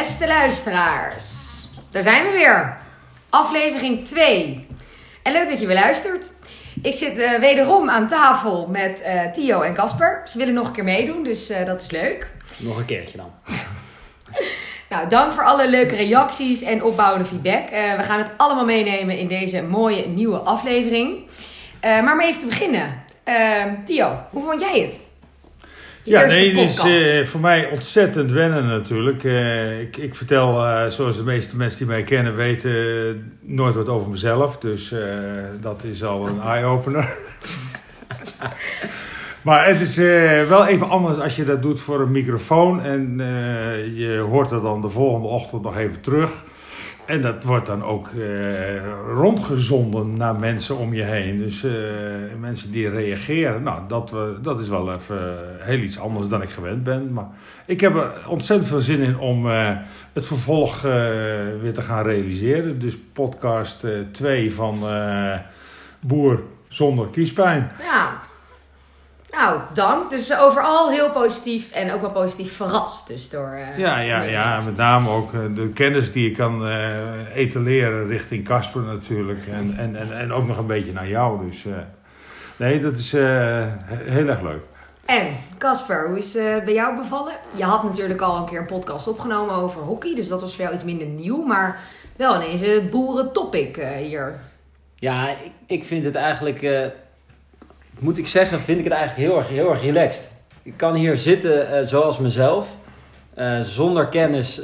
Beste luisteraars, daar zijn we weer. Aflevering 2. En leuk dat je weer luistert. Ik zit wederom aan tafel met Theo en Casper. Ze willen nog een keer meedoen, dus dat is leuk. Nog een keertje dan. Nou, dank voor alle leuke reacties en opbouwende feedback. We gaan het allemaal meenemen in deze mooie nieuwe aflevering. Maar om even te beginnen. Theo, hoe vond jij het? Dit is voor mij ontzettend wennen natuurlijk. Ik vertel, zoals de meeste mensen die mij kennen weten, nooit wat over mezelf. Dus dat is al een eye-opener. Maar het is wel even anders als je dat doet voor een microfoon. En je hoort er dan de volgende ochtend nog even terug. En dat wordt dan ook rondgezonden naar mensen om je heen. Dus mensen die reageren, nou, dat is wel even heel iets anders dan ik gewend ben. Maar ik heb er ontzettend veel zin in om het vervolg weer te gaan realiseren. Dus podcast 2 van Boer zonder kiespijn. Ja. Nou, dank. Dus overal heel positief en ook wel positief verrast. Dus door, ja, met name ook de kennis die je kan etaleren richting Casper natuurlijk. En ook nog een beetje naar jou. Dus nee, dat is heel erg leuk. En Casper, hoe is het bij jou bevallen? Je had natuurlijk al een keer een podcast opgenomen over hockey. Dus dat was voor jou iets minder nieuw. Maar wel ineens een boerentopic hier. Ja, ik vind het eigenlijk... moet ik zeggen, vind ik het eigenlijk heel erg relaxed. Ik kan hier zitten zoals mezelf. Zonder kennis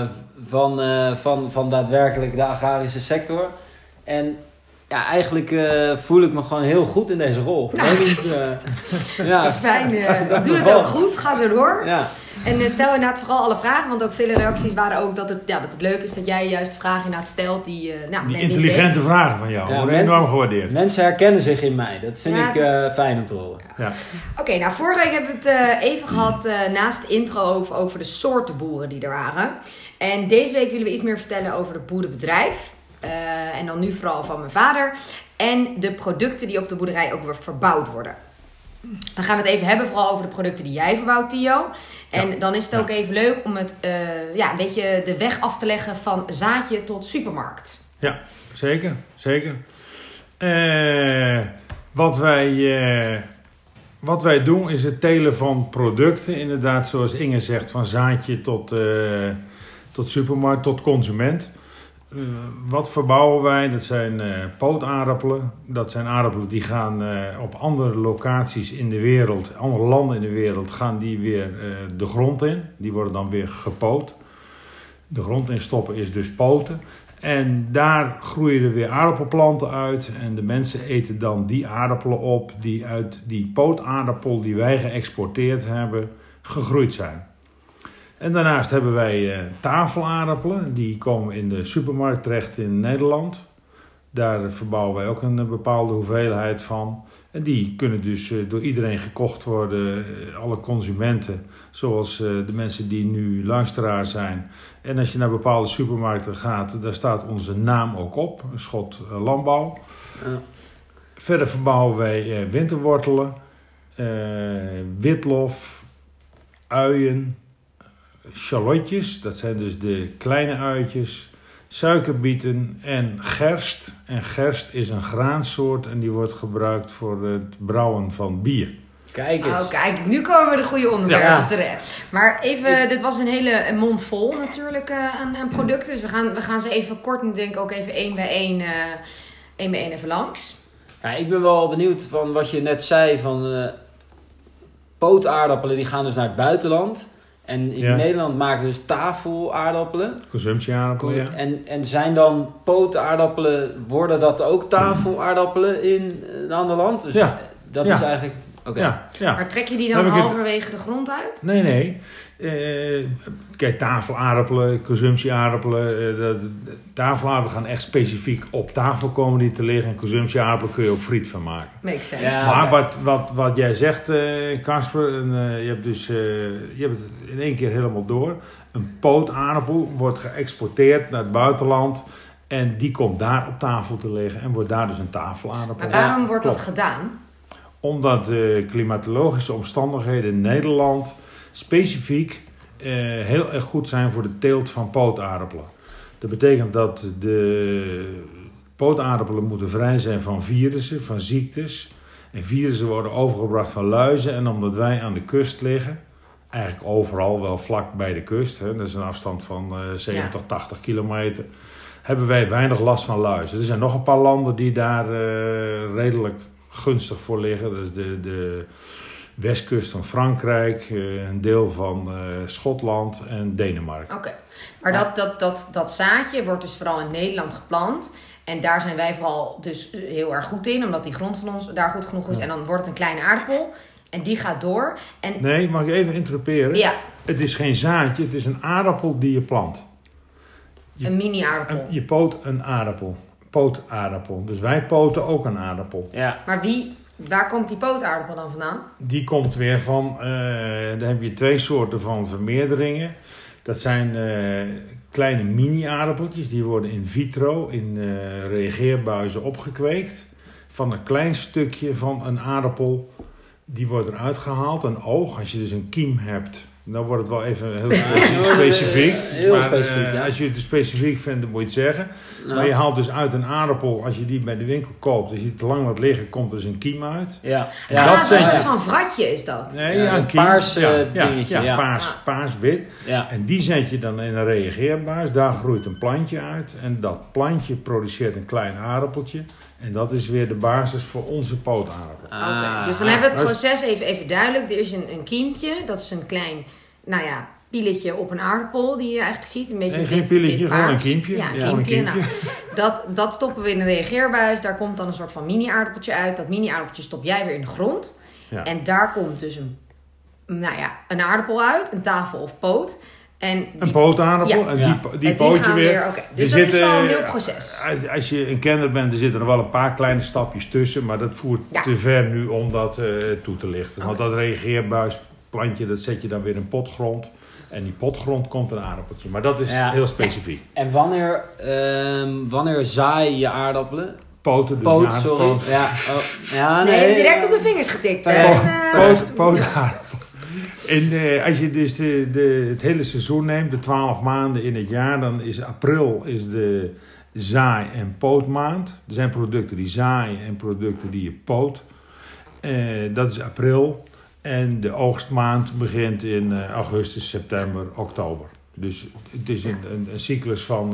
van daadwerkelijk de agrarische sector. En ja, eigenlijk voel ik me gewoon heel goed in deze rol. Nou, dat is fijn. Doe het ook goed. Ga zo door. Ja. En stel inderdaad vooral alle vragen. Want ook vele reacties waren ook dat het leuk is dat jij juist de vragen inderdaad stelt. Die intelligente vragen van jou. Worden enorm gewaardeerd. Mensen herkennen zich in mij. Dat vind ik fijn om te horen. Ja. Oké, nou vorige week hebben we het even gehad naast de intro over de soorten boeren die er waren. En deze week willen we iets meer vertellen over het boerenbedrijf. En dan nu vooral van mijn vader. En de producten die op de boerderij ook weer verbouwd worden. Dan gaan we het even hebben vooral over de producten die jij verbouwt, Theo. En dan is het ook even leuk om het, een beetje de weg af te leggen van zaadje tot supermarkt. Ja, zeker. Wat wij doen is het telen van producten. Inderdaad, zoals Inge zegt, van zaadje tot supermarkt, tot consument. Wat verbouwen wij? Dat zijn pootaardappelen. Dat zijn aardappelen die gaan op andere locaties in de wereld, andere landen in de wereld, gaan die weer de grond in. Die worden dan weer gepoot. De grond in stoppen is dus poten. En daar groeien er weer aardappelplanten uit. En de mensen eten dan die aardappelen op die uit die pootaardappel die wij geëxporteerd hebben, gegroeid zijn. En daarnaast hebben wij tafelaardappelen. Die komen in de supermarkt terecht in Nederland. Daar verbouwen wij ook een bepaalde hoeveelheid van. En die kunnen dus door iedereen gekocht worden. Alle consumenten, zoals de mensen die nu luisteraar zijn. En als je naar bepaalde supermarkten gaat, daar staat onze naam ook op. Schot Landbouw. Verder verbouwen wij winterwortelen, witlof, uien, shallotjes, dat zijn dus de kleine uitjes, suikerbieten en gerst. En gerst is een graansoort en die wordt gebruikt voor het brouwen van bier. Kijk eens. Oh, kijk, nu komen we de goede onderwerpen terecht. Maar even, dit was een hele mond vol natuurlijk aan producten. Dus we gaan ze even kort en denk ik ook even één bij één even langs. Ja, ik ben wel benieuwd van wat je net zei van pootaardappelen, die gaan dus naar het buitenland. En in Nederland maken we dus tafelaardappelen. Consumptieaardappelen, ja. En zijn dan pootaardappelen, worden dat ook tafelaardappelen in een ander land? Dus dat is eigenlijk... Okay. Ja. Maar trek je die dan halverwege de grond uit? Nee. Kijk, tafelaardappelen, consumptieaardappelen. Tafelaardappelen gaan echt specifiek op tafel komen die te liggen. En consumptieaardappelen kun je ook friet van maken. Makes sense. Ja, maar wat jij zegt, Casper, je hebt het in één keer helemaal door. Een pootaardappel wordt geëxporteerd naar het buitenland. En die komt daar op tafel te liggen en wordt daar dus een tafelaardappel. Maar waarom wordt dat gedaan? Omdat de klimatologische omstandigheden in Nederland specifiek heel erg goed zijn voor de teelt van pootaardappelen. Dat betekent dat de pootaardappelen moeten vrij zijn van virussen, van ziektes. En virussen worden overgebracht van luizen. En omdat wij aan de kust liggen, eigenlijk overal wel vlak bij de kust, hè, dat is een afstand van 70, 80 kilometer, hebben wij weinig last van luizen. Er zijn nog een paar landen die daar redelijk gunstig voor liggen. Dat is de westkust van Frankrijk, een deel van Schotland en Denemarken. Oké. Maar dat zaadje wordt dus vooral in Nederland geplant. En daar zijn wij vooral dus heel erg goed in, omdat die grond van ons daar goed genoeg is. Ja. En dan wordt het een kleine aardappel en die gaat door. En... Nee, mag ik even interrumperen? Ja. Het is geen zaadje, het is een aardappel die je plant. Een mini-aardappel. Je poot een aardappel. Pootaardappel. Dus wij poten ook een aardappel. Ja. Maar waar komt die pootaardappel dan vandaan? Die komt weer van, daar heb je 2 soorten van vermeerderingen. Dat zijn kleine mini-aardappeltjes, die worden in vitro in reageerbuizen opgekweekt. Van een klein stukje van een aardappel, die wordt eruit gehaald. Een oog, als je dus een kiem hebt, dan wordt het wel even heel specifiek. Heel specifiek, ja. Als je het specifiek vindt, dan moet je het zeggen. Nou. Maar je haalt dus uit een aardappel, als je die bij de winkel koopt, als je het te lang laat liggen, komt er dus een kiem uit. Ja. Dat is een soort van vratje is dat. Nee, een kiem. Paars dingetje. Ja, paars-wit. Ja. En die zet je dan in een reageerbuis. Daar groeit een plantje uit. En dat plantje produceert een klein aardappeltje. En dat is weer de basis voor onze pootaardappel. Oké, dus dan hebben we het proces even duidelijk. Er is een kiempje, dat is een klein, pieletje op een aardappel die je eigenlijk ziet. Een beetje geen pieletje, gewoon een kiempje. Ja, een kiempje. Nou, dat stoppen we in een reageerbuis. Daar komt dan een soort van mini-aardappeltje uit. Dat mini-aardappeltje stop jij weer in de grond. Ja. En daar komt dus een aardappel uit. Een tafel of poot. En een pootaardappel. Ja. En die pootje weer. Dus dat is al een heel proces. Als je een kenner bent, er zitten er wel een paar kleine stapjes tussen. Maar dat voert te ver nu om dat toe te lichten. Want dat reageerbuisplantje, dat zet je dan weer in potgrond. En die potgrond komt een aardappeltje. Maar dat is heel specifiek. Ja. En wanneer zaai je aardappelen? Poten. Sorry. Nee, direct op de vingers getikt. Pootaardappel. En als je dus het hele seizoen neemt, de 12 maanden in het jaar, dan is april de zaai- en pootmaand. Er zijn producten die zaaien en producten die je poot. Dat is april. En de oogstmaand begint in augustus, september, oktober. Dus het is een cyclus van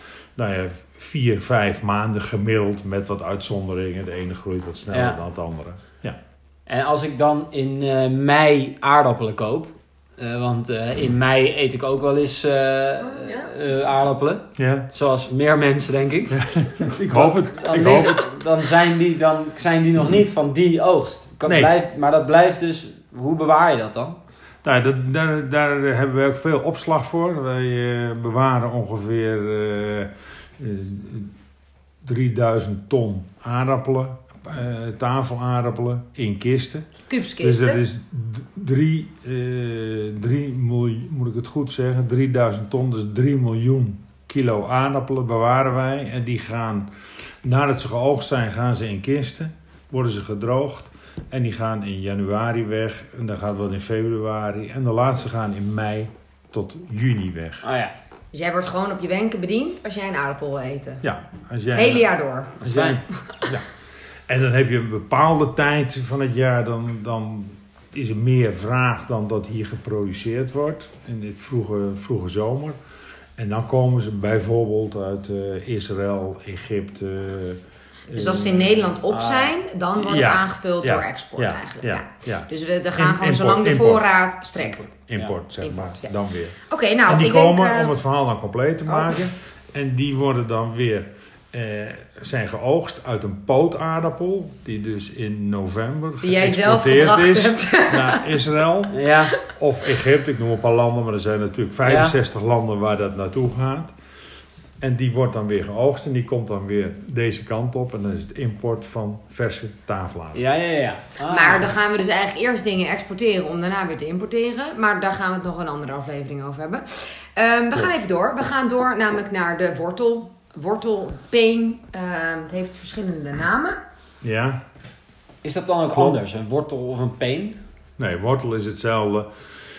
4, 5 maanden gemiddeld met wat uitzonderingen. De ene groeit wat sneller dan het andere. Ja. En als ik dan in mei aardappelen koop, want in mei eet ik ook wel eens aardappelen. Ja. Zoals meer mensen, denk ik. Ja. Ik hoop het. Dan zijn die nog niet van die oogst. Maar dat blijft dus... Hoe bewaar je dat dan? Nou, daar hebben we ook veel opslag voor. Wij bewaren ongeveer 3000 ton aardappelen. Tafelaardappelen in kisten. Kubskisten. Dus dat is 3 miljoen, moet ik het goed zeggen, 3000 ton, dus 3 miljoen kilo aardappelen bewaren wij. En die gaan, nadat ze geoogst zijn, gaan ze in kisten, worden ze gedroogd. En die gaan in januari weg, en dan gaat wat in februari. En de laatste gaan in mei tot juni weg. Oh ja. Dus jij wordt gewoon op je wenken bediend als jij een aardappel wil eten? Ja. Het hele jaar door? Dat is fijn. Ja. En dan heb je een bepaalde tijd van het jaar, dan is er meer vraag dan dat hier geproduceerd wordt. In dit vroege zomer. En dan komen ze bijvoorbeeld uit Israël, Egypte. Dus als ze in Nederland op zijn, dan wordt het aangevuld door export eigenlijk. Ja. Dus we gaan gewoon zolang de voorraad strekt. Import, zeg maar, dan weer. Oké, nou, en die komen, om het verhaal dan compleet te maken, en die worden dan weer... zijn geoogst uit een pootaardappel, die dus in november geëxporteerd is naar Israël of Egypte. Ik noem een paar landen, maar er zijn natuurlijk 65 landen waar dat naartoe gaat. En die wordt dan weer geoogst en die komt dan weer deze kant op. En dan is het import van verse tafelaardappelen. Ja. Maar dan gaan we dus eigenlijk eerst dingen exporteren om daarna weer te importeren. Maar daar gaan we het nog een andere aflevering over hebben. We gaan even door. We gaan door namelijk naar de wortelpeen. Het heeft verschillende namen. Ja. Is dat dan ook anders? Een wortel of een peen? Nee, wortel is hetzelfde.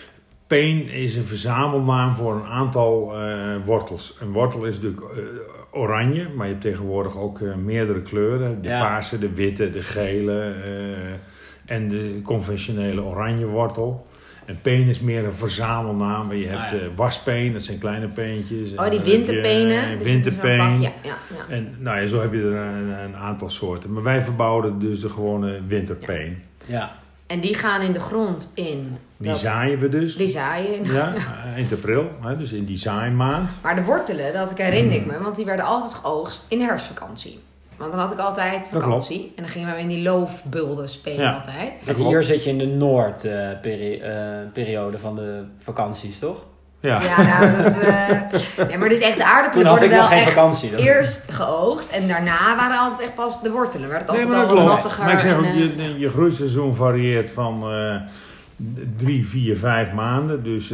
Peen is een verzamelnaam voor een aantal wortels. Een wortel is natuurlijk oranje, maar je hebt tegenwoordig ook meerdere kleuren. De paarse, de witte, de gele en de conventionele oranje wortel. En peen is meer een verzamelnaam. Je hebt waspeen, dat zijn kleine peentjes. Die winterpenen. Winterpeen. Ja. En zo heb je er een aantal soorten. Maar wij verbouwen dus de gewone winterpeen. Ja. En die gaan in de grond in. Die zaaien we dus. Die zaaien. Ja, eind april. Dus in die zaaimaand. Maar de wortelen, dat herinner ik me. Want die werden altijd geoogst in de herfstvakantie. Want dan had ik altijd vakantie. En dan gingen wij in die loofbulden spelen altijd. Hier zit je in de Noordperiode van de vakanties, toch? Ja. Nee, maar dus echt de aardappelen worden wel echt vakantie, eerst geoogst. En daarna waren altijd echt pas de wortelen. Werd het altijd al wat nattiger. Maar ik zeg ook, je groeiseizoen varieert van 3, 4, 5 maanden. Dus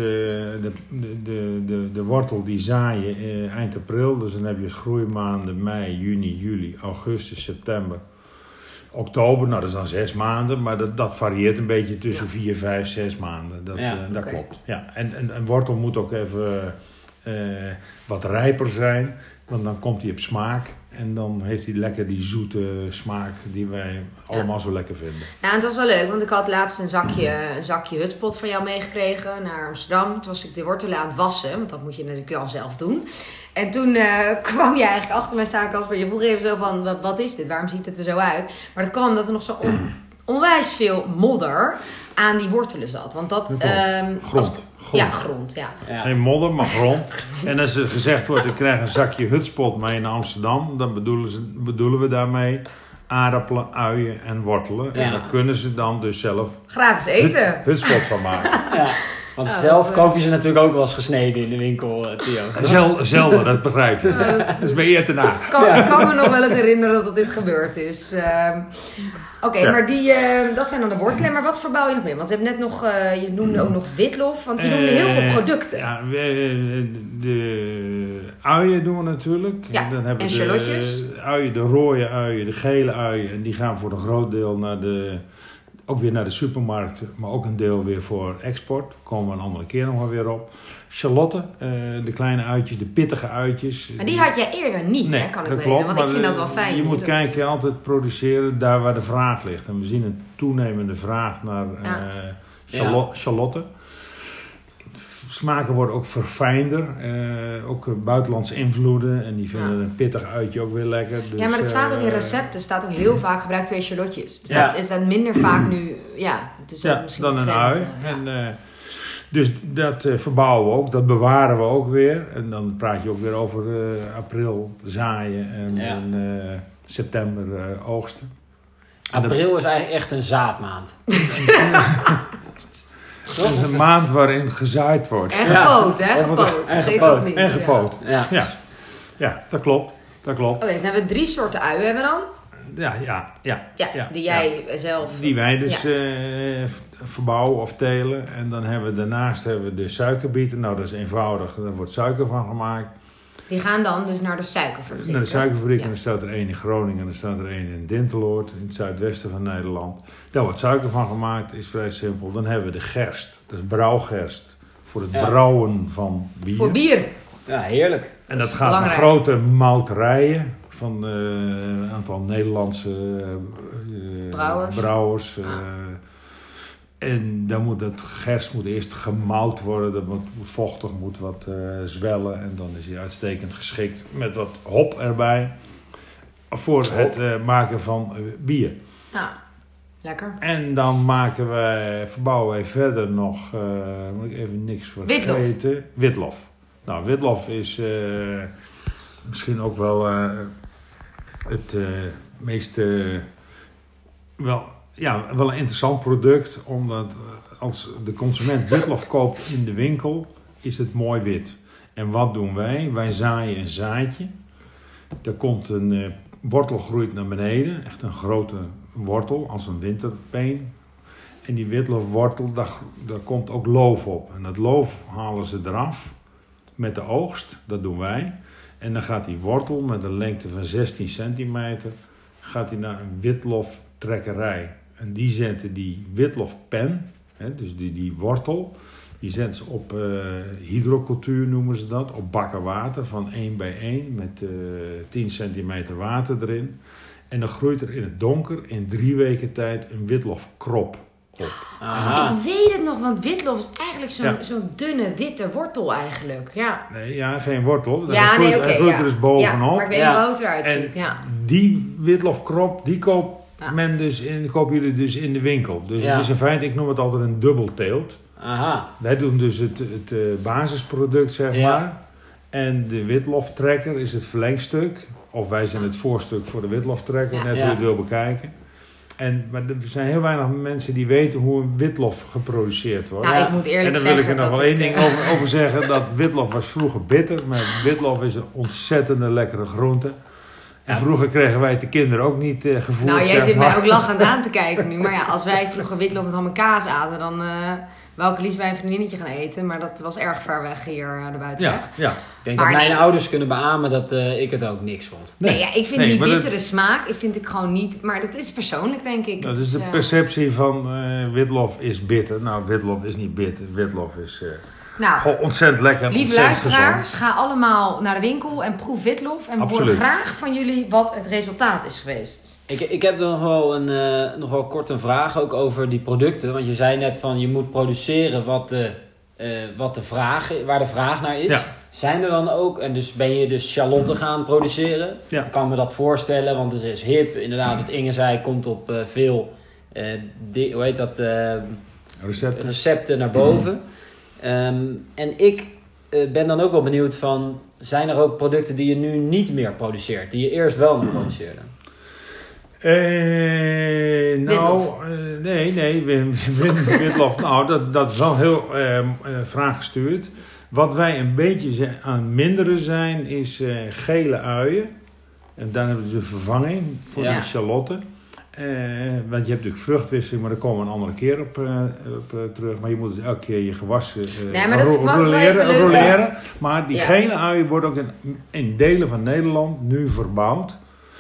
de wortel die zaaien eind april. Dus dan heb je groeimaanden mei, juni, juli, augustus, september, oktober. Nou, dat is dan 6 maanden. Maar dat varieert een beetje tussen 4, 5, 6 maanden. Dat klopt. Ja. En een wortel moet ook even wat rijper zijn. Want dan komt hij op smaak. En dan heeft hij lekker die zoete smaak die wij allemaal zo lekker vinden. Nou, het was wel leuk, want ik had laatst een zakje hutspot van jou meegekregen naar Amsterdam. Toen was ik de wortelen aan het wassen, want dat moet je natuurlijk wel zelf doen. En toen kwam je eigenlijk achter mij staan, Casper. Je vroeg even zo van, wat is dit? Waarom ziet het er zo uit? Maar dat kwam omdat er nog zo onwijs veel modder aan die wortelen zat. Want dat... grond. Ja, grond, ja. Geen modder, maar grond. En als er gezegd wordt, ik krijg een zakje hutspot mee in Amsterdam, dan bedoelen we daarmee aardappelen, uien en wortelen. En daar kunnen ze dan dus zelf gratis eten. Hutspot van maken. Ja. Want zelf koop je ze natuurlijk ook wel eens gesneden in de winkel, Theo. Zelden, dat begrijp je. Dus ben je te na. Ik kan me nog wel eens herinneren dat dit gebeurd is. Maar dat zijn dan de wortelen. Maar wat verbouw je nog meer? Want je hebt net nog, je noemde ook nog witlof. Want je noemde heel veel producten. Ja, de uien doen we natuurlijk. Ja, dan hebben en shallotjes. De rode uien, de gele uien. En die gaan voor een groot deel ook weer naar de supermarkt, maar ook een deel weer voor export. Daar komen we een andere keer nog wel weer op. Charlotte, de kleine uitjes, de pittige uitjes. Maar die had jij eerder niet, hè, kan ik me herinneren. Want ik vind dat wel fijn. Je moet kijken, altijd produceren daar waar de vraag ligt. En we zien een toenemende vraag naar Charlotte. Smaken worden ook verfijnder. Ook buitenlandse invloeden. En die vinden een pittig uitje ook weer lekker. Dus, ja, maar het staat ook in recepten. staat ook heel vaak gebruikt 2 shallotjes. Is dat minder vaak nu... Ja, het is misschien dan een ui. Dus dat verbouwen we ook. Dat bewaren we ook weer. En dan praat je ook weer over april zaaien. En september oogsten. April is eigenlijk echt een zaadmaand. Het is een maand waarin gezaaid wordt. En gepoot, hè? Gepoot. Vergeet dat niet. En gepoot. Ja, dat klopt. Oké, dus hebben we 3 soorten uien hebben we dan? Ja. Die jij zelf... Die wij dus verbouwen of telen. En dan hebben we daarnaast de suikerbieten. Nou, dat is eenvoudig. Daar wordt suiker van gemaakt. Die gaan dan dus naar de suikerfabriek. Naar de suikerfabriek. En er staat er 1 in Groningen. En er staat er 1 in Dinteloord. In het zuidwesten van Nederland. Daar wordt suiker van gemaakt. Is vrij simpel. Dan hebben we de gerst. Dat is brouwgerst. Voor het brouwen van bier. Voor bier. Ja, heerlijk. En dat gaat naar grote mouterijen. Van een aantal Nederlandse brouwers. En dan moet het gerst eerst gemout worden. Dat moet vochtig, moet wat zwellen. En dan is hij uitstekend geschikt met wat hop erbij. Voor het maken van bier. Ja, lekker. En dan verbouwen wij verder nog, moet ik even niks vergeten. Witlof. Nou, witlof is misschien ook wel het meest... wel een interessant product, omdat als de consument witlof koopt in de winkel, is het mooi wit. En wat doen wij? Wij zaaien een zaadje. Er komt een wortel groeit naar beneden, echt een grote wortel, als een winterpeen. En die witlofwortel, daar komt ook loof op. En dat loof halen ze eraf met de oogst, dat doen wij. En dan gaat die wortel met een lengte van 16 centimeter, gaat die naar een witloftrekkerij. En die zetten die witlofpen, dus die wortel, Die zet ze op hydrocultuur noemen ze dat. Op bakken water van 1x1 met 10 centimeter water erin. En dan groeit er in het donker in 3 weken tijd een witlofkrop op. Ik weet het nog, want witlof is eigenlijk zo'n dunne witte wortel eigenlijk. Ja, Nee, geen wortel. Hij groeit er dus bovenop. Ja, maar ik weet niet hoe het eruit ziet. Ja. Die witlofkrop, die koopt kopen jullie dus in de winkel. Dus het is in feite, ik noem het altijd een dubbelteelt. Aha. Wij doen dus het basisproduct, zeg maar. En de witloftrekker is het verlengstuk. Of wij zijn het voorstuk voor de witloftrekker, net hoe je het wil bekijken. Maar er zijn heel weinig mensen die weten hoe een witlof geproduceerd wordt. Nou, ik moet eerlijk zeggen... En dan wil ik er nog wel één ding over zeggen. Dat witlof was vroeger bitter. Maar witlof is een ontzettende lekkere groente. En vroeger kregen wij het de kinderen ook niet gevoerd. Nou, jij zit mij ook lachend aan te kijken nu. Maar als wij vroeger witlof met ham en kaas aten, dan wou ik liefst bij een vriendinnetje gaan eten. Maar dat was erg ver weg hier aan de buitenweg. Ja. Ik denk dat mijn ouders kunnen beamen dat ik het ook niks vond. Nee, ik vind die bittere smaak, vind ik gewoon niet... Maar dat is persoonlijk, denk ik. Dat is de perceptie van witlof is bitter. Nou, witlof is niet bitter. Witlof is... gewoon ontzettend lekker. Lieve luisteraars, ga allemaal naar de winkel en proef witlof. En we horen graag van jullie wat het resultaat is geweest. Ik heb nog wel kort een vraag ook over die producten. Want je zei net van je moet produceren waar de vraag naar is. Ja. Zijn er dan ook, en dus ben je dus Charlotte gaan produceren? Ja. Ik kan me dat voorstellen, want het is hip. Inderdaad, wat Inge zei, komt op veel recepten naar boven. En ik ben dan ook wel benieuwd van, zijn er ook producten die je nu niet meer produceert, die je eerst wel nog produceerde? Witlof. Nou, dat is wel heel vraaggestuurd. Wat wij een beetje aan het minderen zijn, is gele uien. En dan hebben we dus een vervanging voor de Charlotte. Want je hebt natuurlijk vruchtwisseling, maar daar komen we een andere keer op terug. Maar je moet dus elke keer je gewassen roleren. Maar die gele uien worden ook in delen van Nederland nu verbouwd.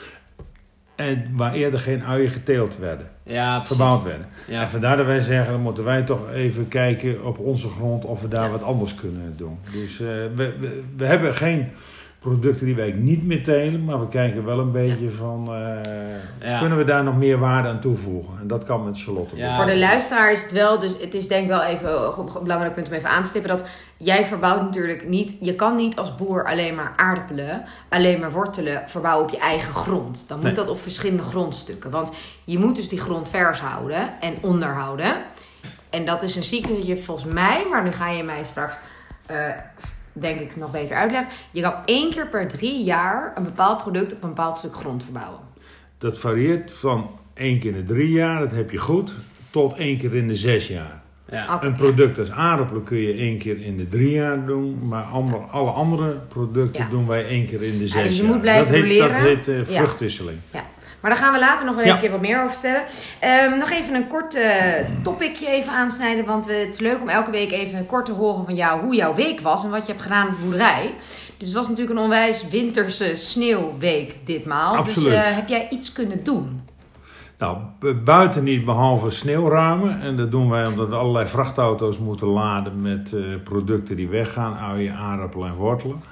En waar eerder geen uien geteeld werden. Ja, verbouwd werden. Ja. En vandaar dat wij zeggen, dan moeten wij toch even kijken op onze grond of we daar wat anders kunnen doen. Dus we hebben geen producten die wij niet meer telen, maar we kijken wel een beetje van, kunnen we daar nog meer waarde aan toevoegen? En dat kan met Charlotte. Ja. Voor de luisteraar is het wel, dus het is denk ik wel even een belangrijk punt om even aan te stippen, dat jij verbouwt natuurlijk niet, je kan niet als boer alleen maar aardappelen, alleen maar wortelen verbouwen op je eigen grond. Dan moet dat op verschillende grondstukken, want je moet dus die grond vers houden en onderhouden. En dat is een cyclusje volgens mij, maar nu ga je mij straks denk ik nog beter uitleggen. Je kan 1 keer per 3 jaar een bepaald product op een bepaald stuk grond verbouwen. Dat varieert van 1 keer in de 3 jaar, dat heb je goed, tot 1 keer in de 6 jaar. Ja. Okay, een product als aardappelen kun je 1 keer in de 3 jaar doen, maar alle andere producten doen wij 1 keer in de 6 jaar. Dus je moet blijven roleren. Dat heet vruchtwisseling. Ja. Maar daar gaan we later nog wel een keer wat meer over vertellen. Nog even een kort topicje even aansnijden. Want het is leuk om elke week even kort te horen van jou hoe jouw week was. En wat je hebt gedaan op de boerderij. Dus het was natuurlijk een onwijs winterse sneeuwweek ditmaal. Absoluut. Dus heb jij iets kunnen doen? Nou, buiten niet, behalve sneeuwruimen. En dat doen wij omdat we allerlei vrachtauto's moeten laden met producten die weggaan. Uien, aardappelen en wortelen.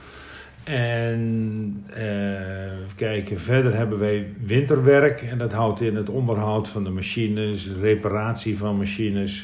En kijken, verder hebben wij winterwerk. En dat houdt in het onderhoud van de machines, reparatie van machines.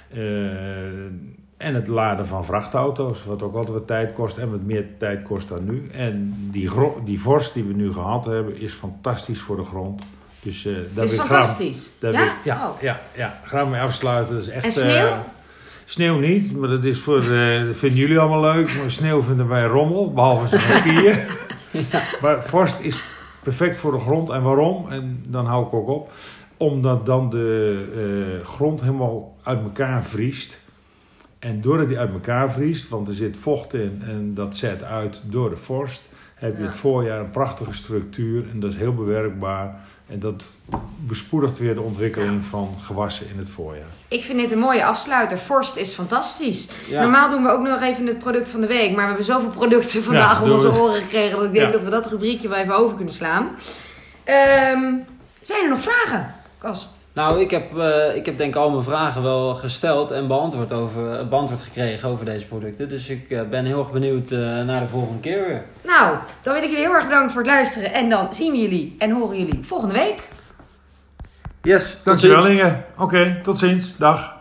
En het laden van vrachtauto's, wat ook altijd wat tijd kost en wat meer tijd kost dan nu. En die vorst die we nu gehad hebben, is fantastisch voor de grond. Dus daar is fantastisch? Graag mee afsluiten. Dat is echt, en sneeuw? Sneeuw niet, maar dat is dat vinden jullie allemaal leuk. Maar sneeuw vinden wij rommel, behalve ze gaan skiën. Maar vorst is perfect voor de grond. En waarom? En dan hou ik ook op. Omdat dan de grond helemaal uit elkaar vriest. En doordat die uit elkaar vriest, want er zit vocht in en dat zet uit door de vorst, heb je het voorjaar een prachtige structuur en dat is heel bewerkbaar. En dat bespoedigt weer de ontwikkeling van gewassen in het voorjaar. Ik vind dit een mooie afsluiter. Vorst is fantastisch. Ja. Normaal doen we ook nog even het product van de week. Maar we hebben zoveel producten vandaag om onze oren gekregen, dat ik denk dat we dat rubriekje wel even over kunnen slaan. Zijn er nog vragen, Cas? Nou, ik heb denk ik al mijn vragen wel gesteld en beantwoord gekregen over deze producten. Dus ik ben heel erg benieuwd naar de volgende keer weer. Nou, dan wil ik jullie heel erg bedanken voor het luisteren. En dan zien we jullie en horen jullie volgende week. Yes, Dankjewel Inge. Oké, tot ziens. Dag.